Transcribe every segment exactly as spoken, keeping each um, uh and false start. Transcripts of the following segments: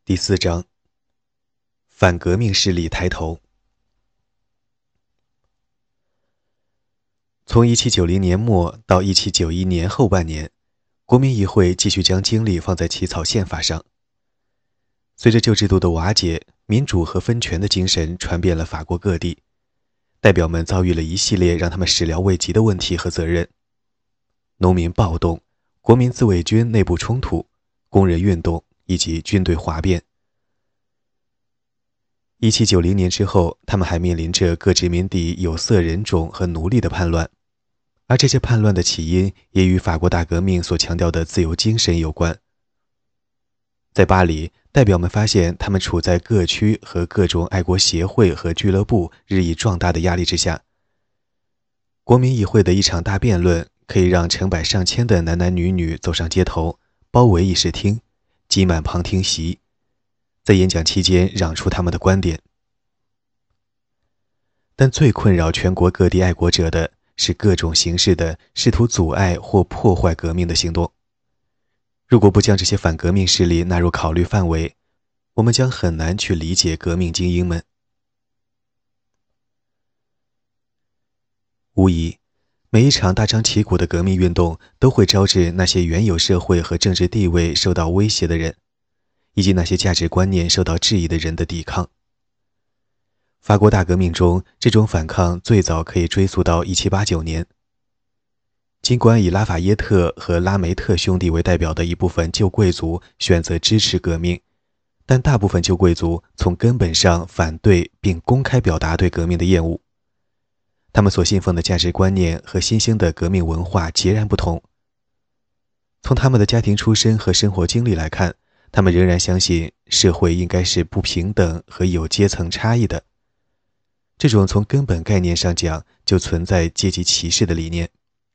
第四章，反革命势力抬头。从一七九零年末到一七九一年后半年，国民议会继续将精力放在起草宪法上。随着旧制度的瓦解，民主和分权的精神传遍了法国各地，代表们遭遇了一系列让他们始料未及的问题和责任：农民暴动、国民自卫军内部冲突、工人运动以及军队哗变。一七九零年之后，他们还面临着各殖民地有色人种和奴隶的叛乱，而这些叛乱的起因也与法国大革命所强调的自由精神有关。在巴黎，代表们发现他们处在各区和各种爱国协会和俱乐部日益壮大的压力之下。国民议会的一场大辩论可以让成百上千的男男女女走上街头，包围议事厅，挤满旁听席，在演讲期间嚷出他们的观点。但最困扰全国各地爱国者的是各种形式的试图阻碍或破坏革命的行动。如果不将这些反革命势力纳入考虑范围，我们将很难去理解革命精英们。无疑，每一场大张旗鼓的革命运动都会招致那些原有社会和政治地位受到威胁的人，以及那些价值观念受到质疑的人的抵抗。法国大革命中，这种反抗最早可以追溯到一七八九年。尽管以拉法耶特和拉梅特兄弟为代表的一部分旧贵族选择支持革命，但大部分旧贵族从根本上反对并公开表达对革命的厌恶。他们所信奉的价值观念和新兴的革命文化截然不同。从他们的家庭出身和生活经历来看，他们仍然相信社会应该是不平等和有阶层差异的。这种从根本概念上讲就存在阶级歧视的理念。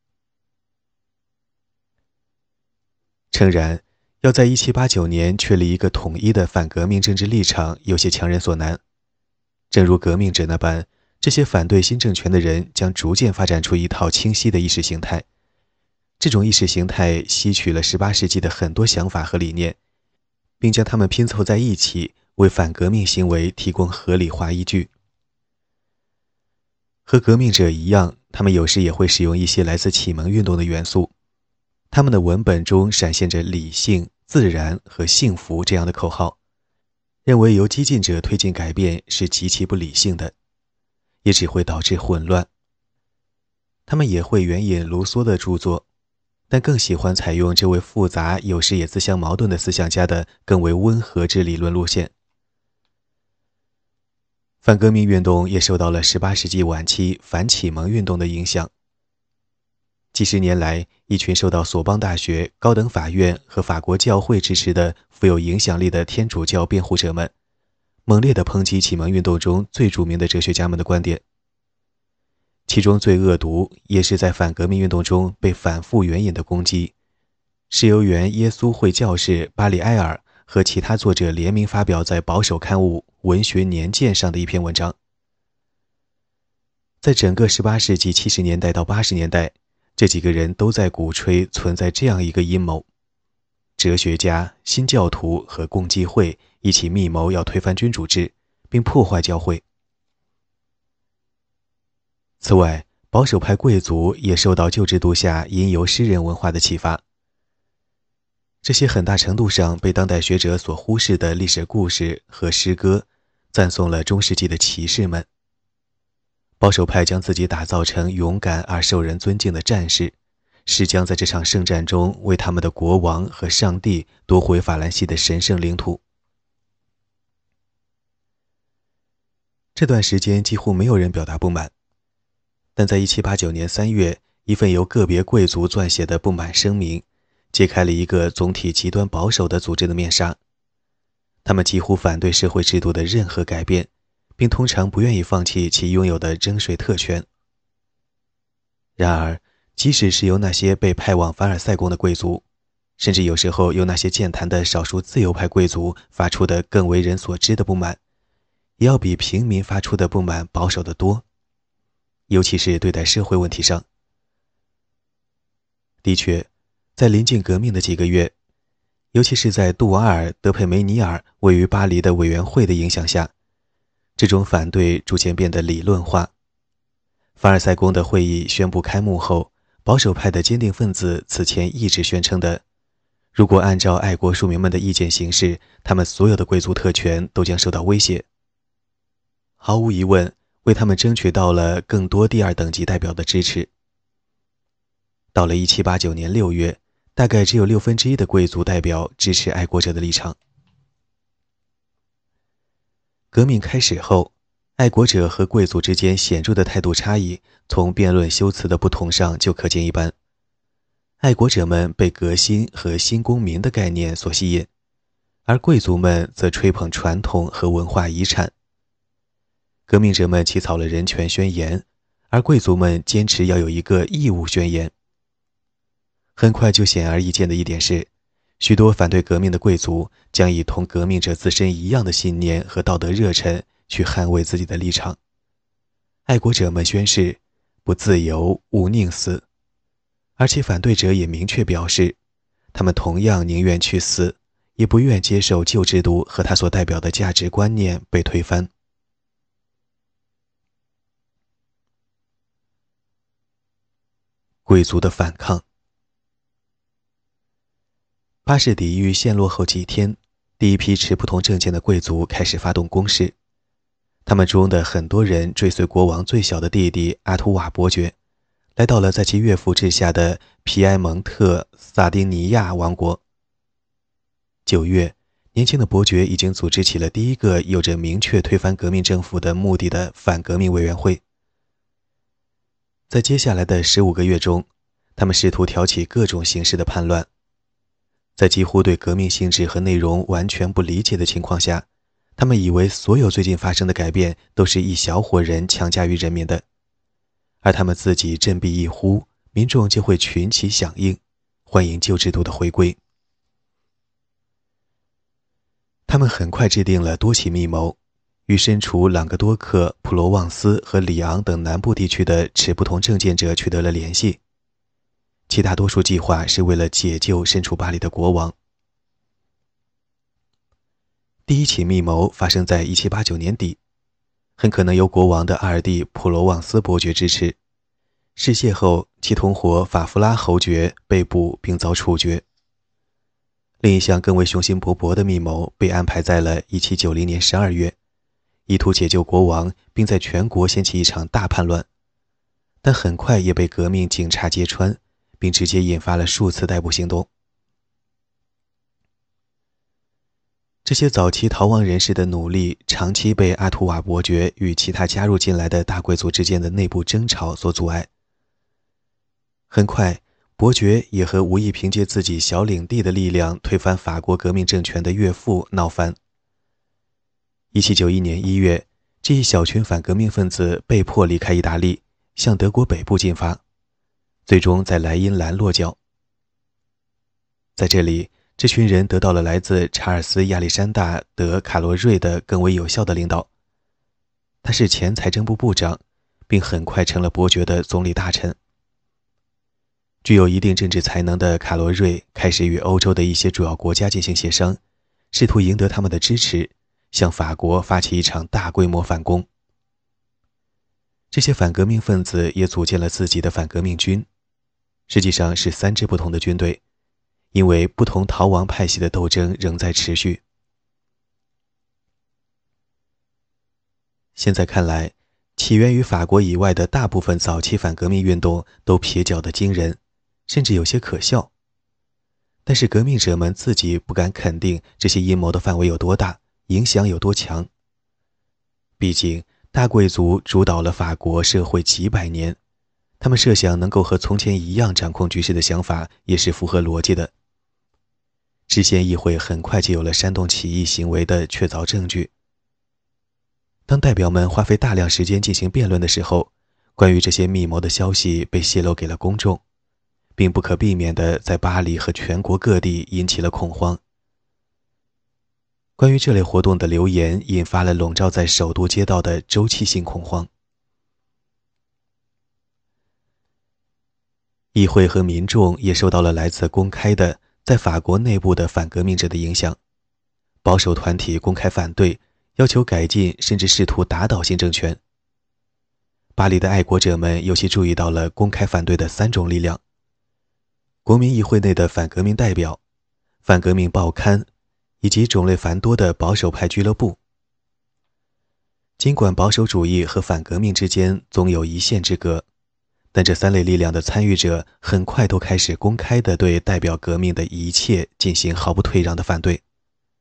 诚然，要在一七八九年确立一个统一的反革命政治立场有些强人所难。正如革命者那般，这些反对新政权的人将逐渐发展出一套清晰的意识形态。这种意识形态吸取了十八世纪的很多想法和理念，并将它们拼凑在一起，为反革命行为提供合理化依据。和革命者一样，他们有时也会使用一些来自启蒙运动的元素。他们的文本中闪现着理性、自然和幸福这样的口号，认为由激进者推进改变是极其不理性的，也只会导致混乱。他们也会援引卢梭的著作，但更喜欢采用这位复杂有时也自相矛盾的思想家的更为温和之理论路线。反革命运动也受到了十八世纪晚期反启蒙运动的影响。几十年来，一群受到索邦大学、高等法院和法国教会支持的富有影响力的天主教辩护者们，猛烈地抨击启蒙运动中最著名的哲学家们的观点。其中最恶毒，也是在反革命运动中被反复援引的攻击，是由原耶稣会教士巴里埃尔和其他作者联名发表在保守刊物《文学年鉴》上的一篇文章。在整个十八世纪七十年代到八十年代，这几个人都在鼓吹存在这样一个阴谋：哲学家、新教徒和共济会一起密谋要推翻君主制，并破坏教会。此外，保守派贵族也受到旧制度下吟游诗人文化的启发。这些很大程度上被当代学者所忽视的历史故事和诗歌，赞颂了中世纪的骑士们。保守派将自己打造成勇敢而受人尊敬的战士，是将在这场圣战中为他们的国王和上帝夺回法兰西的神圣领土。这段时间几乎没有人表达不满，但在一七八九年三月，一份由个别贵族撰写的不满声明揭开了一个总体极端保守的组织的面纱。他们几乎反对社会制度的任何改变，并通常不愿意放弃其拥有的征税特权。然而，即使是由那些被派往凡尔赛宫的贵族，甚至有时候由那些健谈的少数自由派贵族发出的更为人所知的不满，也要比平民发出的不满保守得多，尤其是对待社会问题上。的确，在临近革命的几个月， 尤其是在杜瓦尔·德佩梅尼尔位于巴黎的委员会的影响下，这种反对逐渐变得理论化。凡尔赛宫的会议宣布开幕后，保守派的坚定分子此前一直宣称的，如果按照爱国庶民们的意见行事，他们所有的贵族特权都将受到威胁。毫无疑问，为他们争取到了更多第二等级代表的支持。到了一七八九年六月，大概只有六分之一的贵族代表支持爱国者的立场。革命开始后，爱国者和贵族之间显著的态度差异，从辩论修辞的不同上就可见一斑。爱国者们被革新和新公民的概念所吸引，而贵族们则吹捧传统和文化遗产。革命者们起草了人权宣言，而贵族们坚持要有一个义务宣言。很快就显而易见的一点是，许多反对革命的贵族将以同革命者自身一样的信念和道德热忱去捍卫自己的立场。爱国者们宣誓，不自由，勿宁死。而且反对者也明确表示，他们同样宁愿去死，也不愿接受旧制度和他所代表的价值观念被推翻。贵族的反抗。巴士底狱陷落后几天，第一批持不同政见的贵族开始发动攻势。他们中的很多人追随国王最小的弟弟阿图瓦伯爵，来到了在其岳父治下的皮埃蒙特萨丁尼亚王国。九月，年轻的伯爵已经组织起了第一个有着明确推翻革命政府的目的的反革命委员会。在接下来的十五个月中，他们试图挑起各种形式的叛乱。在几乎对革命性质和内容完全不理解的情况下，他们以为所有最近发生的改变都是一小伙人强加于人民的，而他们自己振臂一呼，民众就会群起响应，欢迎旧制度的回归。他们很快制定了多起密谋，与身处朗格多克、普罗旺斯和里昂等南部地区的持不同政见者取得了联系。其大多数计划是为了解救身处巴黎的国王。第一起密谋发生在一七八九年底，很可能由国王的二弟普罗旺斯伯爵支持。事泄后，其同伙法夫拉侯爵被捕并遭处决。另一项更为雄心勃勃的密谋被安排在了一七九零年十二月，意图解救国王，并在全国掀起一场大叛乱，但很快也被革命警察揭穿，并直接引发了数次逮捕行动。这些早期逃亡人士的努力，长期被阿图瓦伯爵与其他加入进来的大贵族之间的内部争吵所阻碍。很快，伯爵也和无意凭借自己小领地的力量推翻法国革命政权的岳父闹翻。一七九一年一月，这一小群反革命分子被迫离开意大利，向德国北部进发，最终在莱茵兰落脚。在这里，这群人得到了来自查尔斯·亚历山大·德卡罗瑞的更为有效的领导。他是前财政部部长，并很快成了伯爵的总理大臣。具有一定政治才能的卡罗瑞开始与欧洲的一些主要国家进行协商，试图赢得他们的支持，向法国发起一场大规模反攻。这些反革命分子也组建了自己的反革命军，实际上是三支不同的军队，因为不同逃亡派系的斗争仍在持续。现在看来，起源于法国以外的大部分早期反革命运动都蹩脚得惊人，甚至有些可笑。但是革命者们自己不敢肯定这些阴谋的范围有多大，影响有多强。毕竟大贵族主导了法国社会几百年，他们设想能够和从前一样掌控局势的想法也是符合逻辑的。制宪议会很快就有了煽动起义行为的确凿证据。当代表们花费大量时间进行辩论的时候，关于这些密谋的消息被泄露给了公众，并不可避免地在巴黎和全国各地引起了恐慌。关于这类活动的流言引发了笼罩在首都街道的周期性恐慌。议会和民众也受到了来自公开的在法国内部的反革命者的影响，保守团体公开反对，要求改进，甚至试图打倒新政权。巴黎的爱国者们尤其注意到了公开反对的三种力量：国民议会内的反革命代表、反革命报刊以及种类繁多的保守派俱乐部。尽管保守主义和反革命之间总有一线之隔，但这三类力量的参与者很快都开始公开地对代表革命的一切进行毫不退让的反对。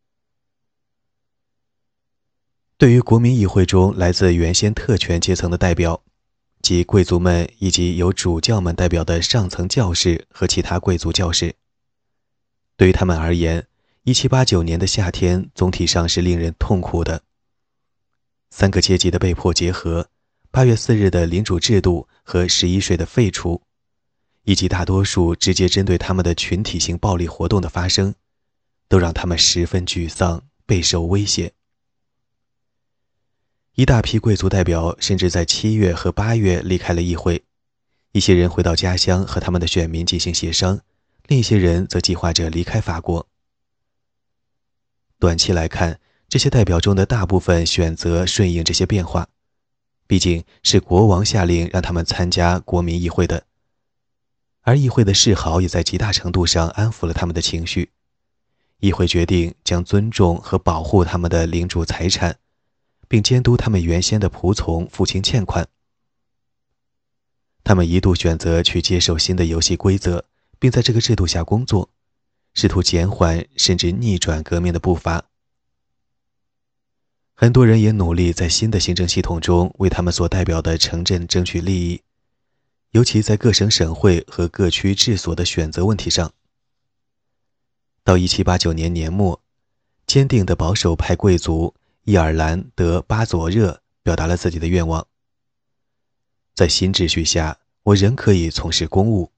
对于国民议会中来自原先特权阶层的代表，即贵族们以及由主教们代表的上层教士和其他贵族教士，对于他们而言，一七八九年的夏天总体上是令人痛苦的。三个阶级的被迫结合，八月四日的领主制度和十一税的废除，以及大多数直接针对他们的群体性暴力活动的发生，都让他们十分沮丧，备受威胁。一大批贵族代表甚至在七月和八月离开了议会，一些人回到家乡和他们的选民进行协商，另一些人则计划着离开法国。短期来看，这些代表中的大部分选择顺应这些变化，毕竟是国王下令让他们参加国民议会的，而议会的示好也在极大程度上安抚了他们的情绪。议会决定将尊重和保护他们的领主财产，并监督他们原先的仆从付清欠款。他们一度选择去接受新的游戏规则，并在这个制度下工作，试图减缓甚至逆转革命的步伐。很多人也努力在新的行政系统中为他们所代表的城镇争取利益，尤其在各省省会和各区治所的选择问题上。到一七八九年年末，坚定的保守派贵族伊尔兰德巴佐热表达了自己的愿望：在新秩序下，我仍可以从事公务。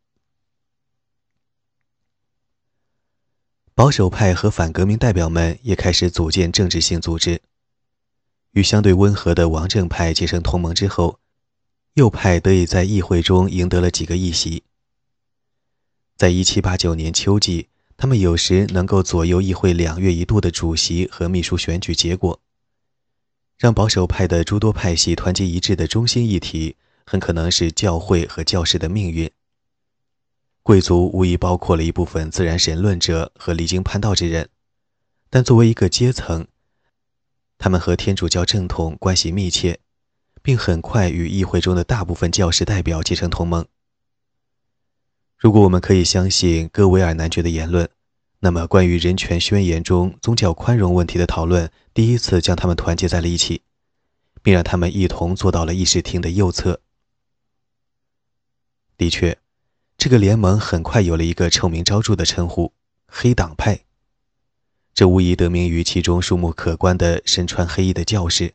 保守派和反革命代表们也开始组建政治性组织。与相对温和的王政派结成同盟之后，右派得以在议会中赢得了几个议席。在一七八九年秋季，他们有时能够左右议会两月一度的主席和秘书选举结果。让保守派的诸多派系团结一致的中心议题，很可能是教会和教士的命运。贵族无疑包括了一部分自然神论者和离经叛道之人，但作为一个阶层，他们和天主教正统关系密切，并很快与议会中的大部分教士代表结成同盟。如果我们可以相信戈维尔男爵的言论，那么关于人权宣言中宗教宽容问题的讨论第一次将他们团结在了一起，并让他们一同坐到了议事厅的右侧。的确，这个联盟很快有了一个臭名昭著的称呼——黑党派。这无疑得名于其中数目可观的身穿黑衣的教士。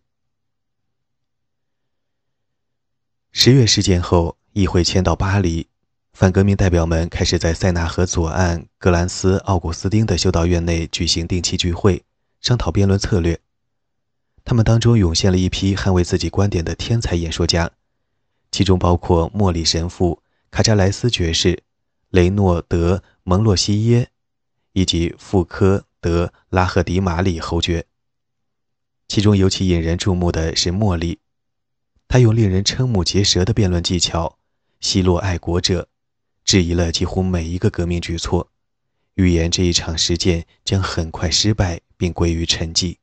十月事件后，议会迁到巴黎，反革命代表们开始在塞纳河左岸格兰斯奥古斯丁的修道院内举行定期聚会，商讨辩论策略。他们当中涌现了一批捍卫自己观点的天才演说家，其中包括莫里神父、卡扎莱斯爵士、雷诺德·蒙洛西耶以及富科德拉赫迪马里侯爵。其中尤其引人注目的是莫里，他用令人瞠目结舌的辩论技巧奚落爱国者，质疑了几乎每一个革命举措，预言这一场实践将很快失败并归于沉寂。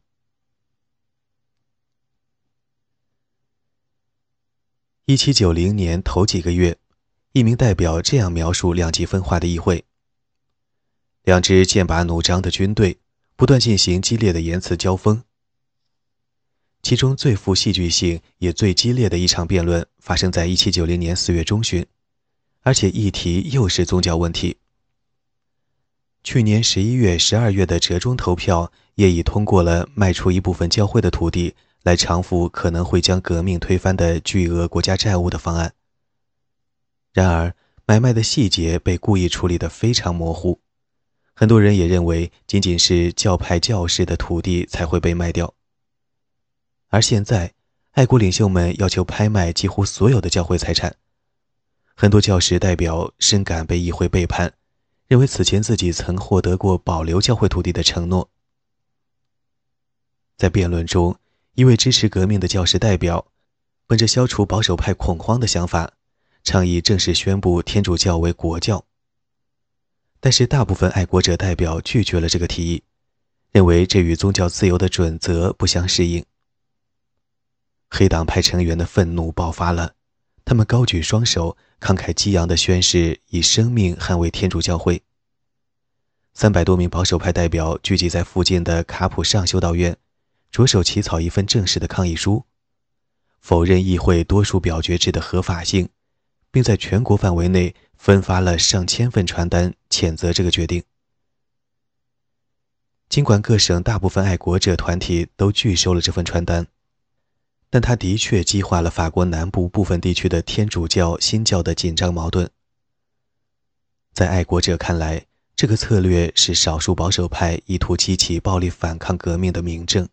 一七九零年头几个月，一名代表这样描述两极分化的议会：两支剑拔弩张的军队不断进行激烈的言辞交锋。其中最富戏剧性也最激烈的一场辩论发生在一七九零年四月中旬，而且议题又是宗教问题。去年十一月、十二月的折中投票也已通过了卖出一部分教会的土地来偿付可能会将革命推翻的巨额国家债务的方案。然而，买卖的细节被故意处理得非常模糊，很多人也认为仅仅是教派教士的土地才会被卖掉。而现在，爱国领袖们要求拍卖几乎所有的教会财产。很多教士代表深感被议会背叛， 认为此前自己曾获得过保留教会土地的承诺。在辩论中，一位支持革命的教士代表本着消除保守派恐慌的想法，倡议正式宣布天主教为国教。但是大部分爱国者代表拒绝了这个提议，认为这与宗教自由的准则不相适应。黑党派成员的愤怒爆发了，他们高举双手，慷慨激昂地宣誓以生命捍卫天主教会。三百多名保守派代表聚集在附近的卡普上修道院，着手起草一份正式的抗议书，否认议会多数表决制的合法性，并在全国范围内分发了上千份传单，谴责这个决定。尽管各省大部分爱国者团体都拒收了这份传单，但它的确激化了法国南部部分地区的天主教新教的紧张矛盾。在爱国者看来，这个策略是少数保守派意图激起暴力反抗革命的明证。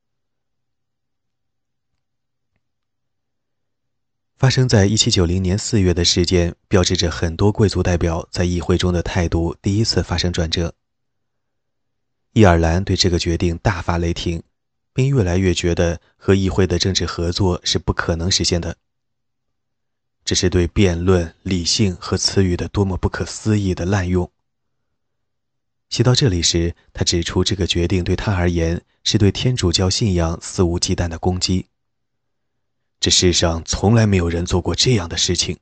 发生在一七九零年四月的事件，标志着很多贵族代表在议会中的态度第一次发生转折。伊尔兰对这个决定大发雷霆，并越来越觉得和议会的政治合作是不可能实现的。这是对辩论、理性和词语的多么不可思议的滥用。写到这里时，他指出这个决定对他而言是对天主教信仰肆无忌惮的攻击。这世上从来没有人做过这样的事情。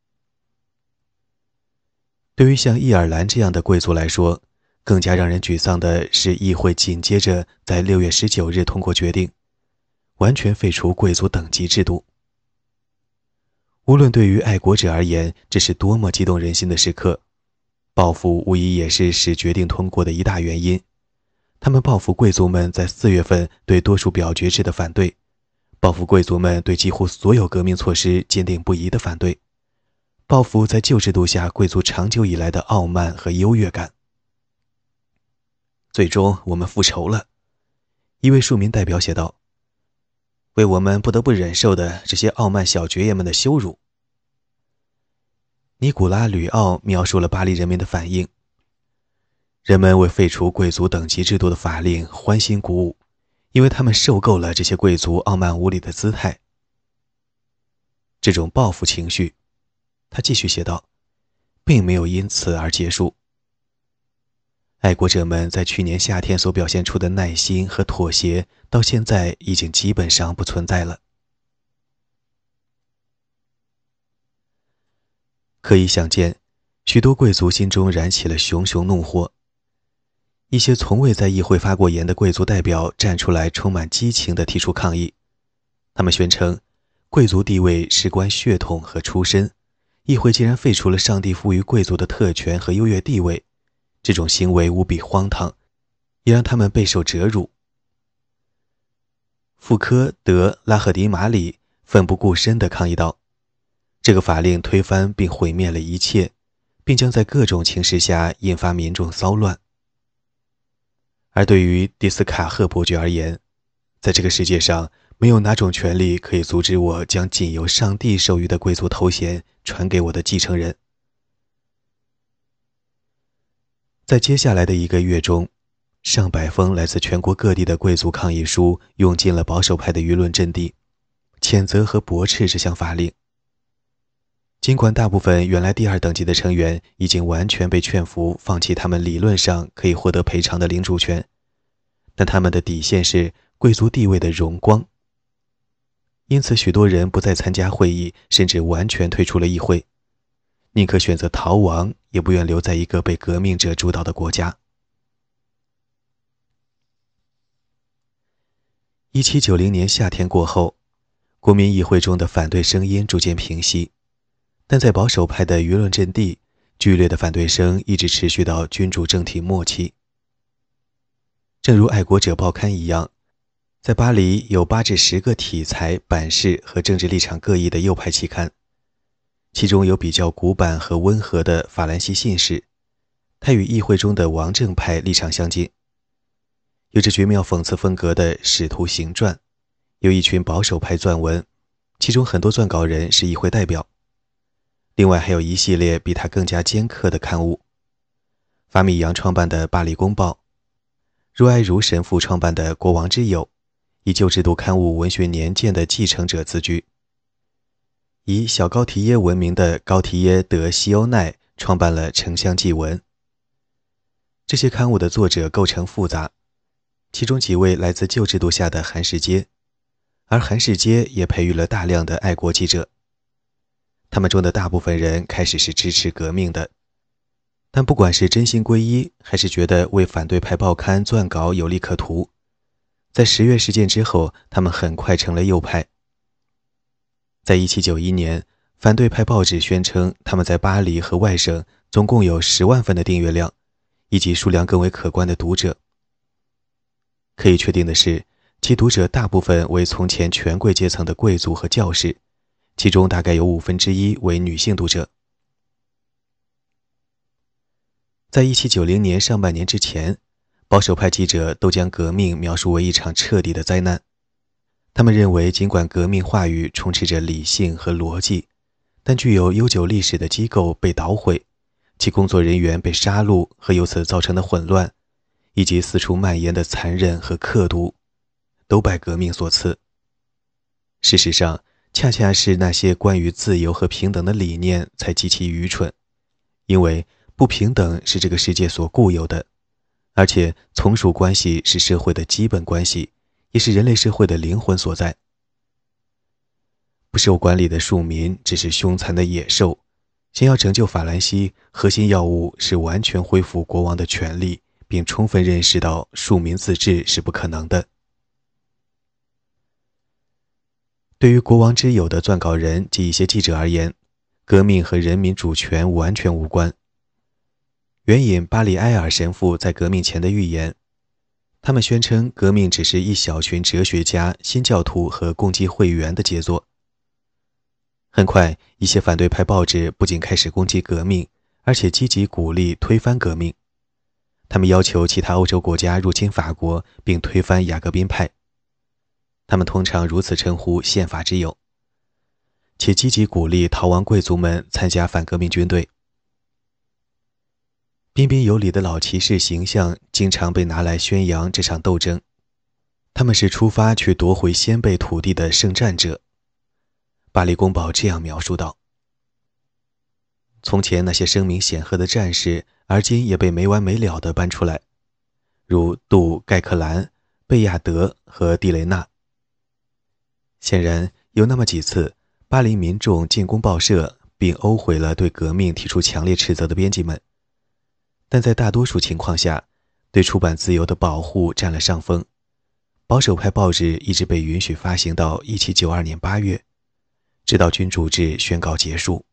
对于像伊尔兰这样的贵族来说，更加让人沮丧的是议会紧接着在六月十九日通过决定，完全废除贵族等级制度。无论对于爱国者而言，这是多么激动人心的时刻，报复无疑也是使决定通过的一大原因。他们报复贵族们在四月份对多数表决制的反对，报复贵族们对几乎所有革命措施坚定不移的反对，报复在旧制度下贵族长久以来的傲慢和优越感。最终我们复仇了，一位庶民代表写道，为我们不得不忍受的这些傲慢小爵爷们的羞辱。尼古拉·吕奥描述了巴黎人民的反应，人们为废除贵族等级制度的法令欢欣鼓舞，因为他们受够了这些贵族傲慢无礼的姿态。这种报复情绪，他继续写道，并没有因此而结束。爱国者们在去年夏天所表现出的耐心和妥协，到现在已经基本上不存在了。可以想见，许多贵族心中燃起了熊熊怒火。一些从未在议会发过言的贵族代表站出来，充满激情地提出抗议。他们宣称，贵族地位事关血统和出身，议会竟然废除了上帝赋予贵族的特权和优越地位，这种行为无比荒唐，也让他们备受折辱。傅科·德拉赫迪马里奋不顾身地抗议道，这个法令推翻并毁灭了一切，并将在各种情势下引发民众骚乱。而对于迪斯卡赫伯爵而言，在这个世界上没有哪种权利可以阻止我将仅由上帝授予的贵族头衔传给我的继承人。在接下来的一个月中，上百封来自全国各地的贵族抗议书涌进了保守派的舆论阵地，谴责和驳斥这项法令。尽管大部分原来第二等级的成员已经完全被劝服放弃他们理论上可以获得赔偿的领主权，但他们的底线是贵族地位的荣光。因此许多人不再参加会议，甚至完全退出了议会，宁可选择逃亡，也不愿留在一个被革命者主导的国家。一七九零年夏天过后，国民议会中的反对声音逐渐平息，但在保守派的舆论阵地，剧烈的反对声一直持续到君主政体末期。正如爱国者报刊一样，在巴黎有八至十个体裁、版式和政治立场各异的右派期刊，其中有比较古板和温和的法兰西信使，它与议会中的王政派立场相近。有着绝妙讽刺风格的《使徒行传》，有一群保守派撰文，其中很多撰稿人是议会代表。另外还有一系列比它更加尖刻的刊物。 法米扬创办的《巴黎公报》，若埃如神父创办的《国王之友》，以旧制度刊物文学年鉴的继承者自居。以小高提耶闻名的高提耶德西欧奈创办了《丞相纪文》。这些刊物的作者构成复杂，其中几位来自旧制度下的韩世阶，而韩世阶也培育了大量的爱国记者。他们中的大部分人开始是支持革命的，但不管是真心皈依，还是觉得为反对派报刊撰稿有利可图，在十月事件之后，他们很快成了右派。在一七九一年，反对派报纸宣称他们在巴黎和外省总共有十万份的订阅量，以及数量更为可观的读者。可以确定的是，其读者大部分为从前权贵阶层的贵族和教士，其中大概有五分之一为女性读者。在一七九零年上半年之前，保守派记者都将革命描述为一场彻底的灾难。他们认为，尽管革命话语充斥着理性和逻辑，但具有悠久历史的机构被捣毁，其工作人员被杀戮和由此造成的混乱，以及四处蔓延的残忍和刻毒，都拜革命所赐。事实上，恰恰是那些关于自由和平等的理念才极其愚蠢，因为不平等是这个世界所固有的，而且从属关系是社会的基本关系，也是人类社会的灵魂所在。不受管理的庶民只是凶残的野兽，想要拯救法兰西，核心要务是完全恢复国王的权力，并充分认识到庶民自治是不可能的。对于国王之友的撰稿人及一些记者而言，革命和人民主权完全无关。援引巴里埃尔神父在革命前的预言，他们宣称革命只是一小群哲学家、新教徒和共济会员的杰作。很快，一些反对派报纸不仅开始攻击革命，而且积极鼓励推翻革命。他们要求其他欧洲国家入侵法国，并推翻雅各宾派。他们通常如此称呼宪法之友，且积极鼓励逃亡贵族们参加反革命军队。彬彬有礼的老骑士形象经常被拿来宣扬这场斗争，他们是出发去夺回先辈土地的圣战者。巴黎公报这样描述道：从前那些声名显赫的战士，而今也被没完没了地搬出来，如杜盖克兰、贝亚德和蒂雷纳。显然，有那么几次，巴黎民众进攻报社，并殴毁了对革命提出强烈斥责的编辑们。但在大多数情况下，对出版自由的保护占了上风。保守派报纸一直被允许发行到一七九二年八月，直到君主制宣告结束。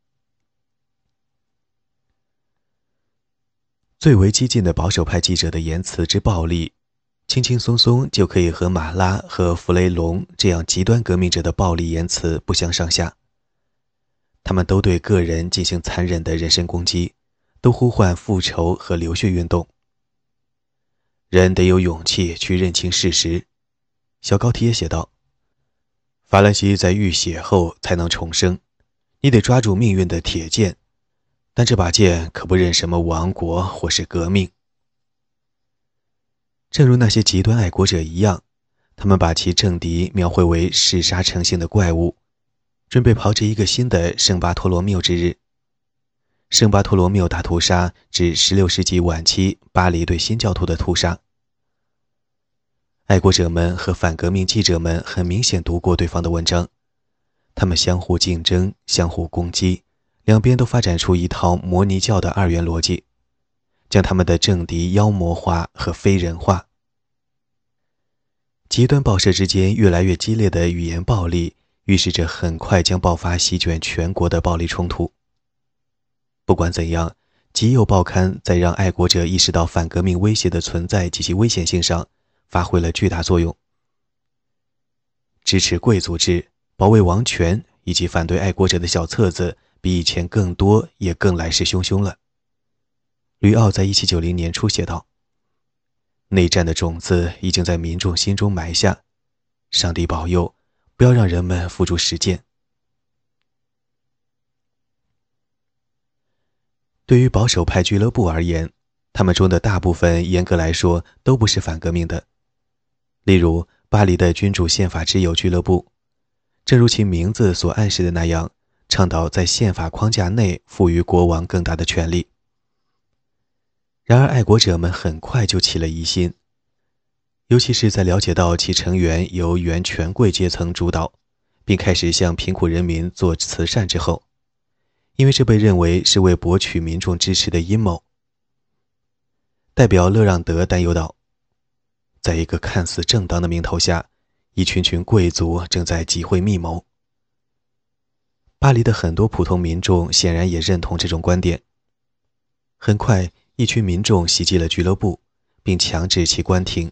最为激进的保守派记者的言辞之暴力，轻轻松松就可以和马拉和弗雷龙这样极端革命者的暴力言辞不相上下。他们都对个人进行残忍的人身攻击，都呼唤复仇和流血运动。人得有勇气去认清事实，小高提也写道，法兰西在浴血后才能重生，你得抓住命运的铁剑，但这把剑可不认什么亡国或是革命。正如那些极端爱国者一样，他们把其政敌描绘为嗜杀成性的怪物，准备炮制一个新的圣巴托罗缪之日。圣巴托罗缪大屠杀指十六世纪晚期巴黎对新教徒的屠杀。爱国者们和反革命记者们很明显读过对方的文章，他们相互竞争，相互攻击，两边都发展出一套摩尼教的二元逻辑，将他们的政敌妖魔化和非人化。极端报社之间越来越激烈的语言暴力，预示着很快将爆发席卷全国的暴力冲突。不管怎样，极右报刊在让爱国者意识到反革命威胁的存在及其危险性上发挥了巨大作用。支持贵族制、保卫王权以及反对爱国者的小册子比以前更多，也更来势汹汹了。吕奥在一七九零年初写道，内战的种子已经在民众心中埋下，上帝保佑，不要让人们付诸实践。对于保守派俱乐部而言， 他们中的大部分严格来说都不是反革命的。例如巴黎的君主宪法之友俱乐部，正如其名字所暗示的那样，倡导在宪法框架内赋予国王更大的权力。然而爱国者们很快就起了疑心，尤其是在了解到其成员由原权贵阶层主导，并开始向贫苦人民做慈善之后，因为这被认为是为博取民众支持的阴谋。代表勒让德担忧道，在一个看似正当的名头下，一群群贵族正在集会密谋。巴黎的很多普通民众显然也认同这种观点。很快，一群民众袭击了俱乐部，并强制其关停。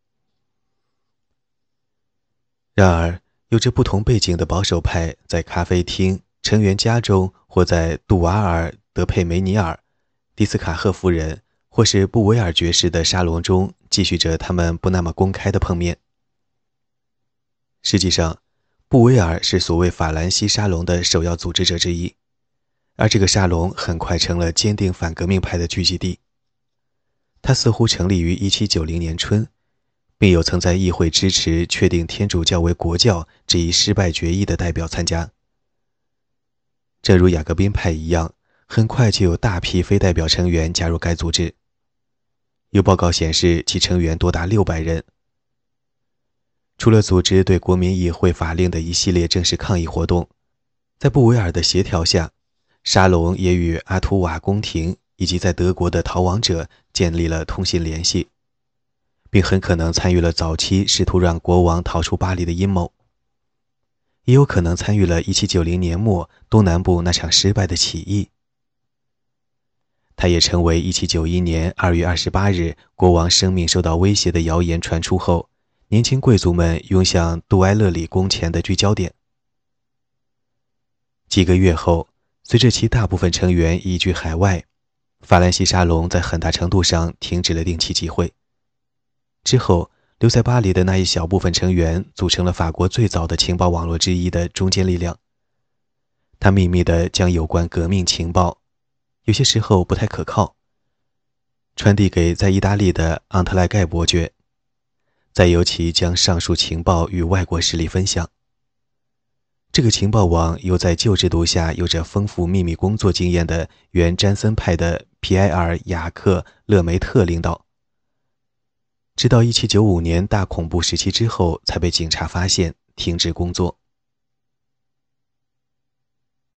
然而，有着不同背景的保守派在咖啡厅、成员家中，或在杜瓦尔·德佩梅尼尔、迪斯卡赫夫人或是布维尔爵士的沙龙中继续着他们不那么公开的碰面。实际上，布维尔是所谓法兰西沙龙的首要组织者之一，而这个沙龙很快成了坚定反革命派的聚集地。它似乎成立于一七九零年春，并有曾在议会支持确定天主教为国教这一失败决议的代表参加。正如雅各宾派一样，很快就有大批非代表成员加入该组织。有报告显示其成员多达六百人。除了组织对国民议会法令的一系列正式抗议活动，在布维尔的协调下，沙龙也与阿图瓦宫廷以及在德国的逃亡者建立了通信联系，并很可能参与了早期试图让国王逃出巴黎的阴谋，也有可能参与了一七九零年末东南部那场失败的起义。他也成为一七九一年二月二十八日国王生命受到威胁的谣言传出后，年轻贵族们涌向杜埃勒里宫前的聚焦点。几个月后，随着其大部分成员移居海外，法兰西沙龙在很大程度上停止了定期集会。之后，留在巴黎的那一小部分成员组成了法国最早的情报网络之一的中坚力量。他秘密地将有关革命情报，有些时候不太可靠，传递给在意大利的昂特莱盖伯爵，再由其将上述情报与外国势力分享。这个情报网由在旧制度下有着丰富秘密工作经验的原詹森派的皮埃尔·雅克·勒梅特领导，直到一七九五年大恐怖时期之后才被警察发现，停止工作。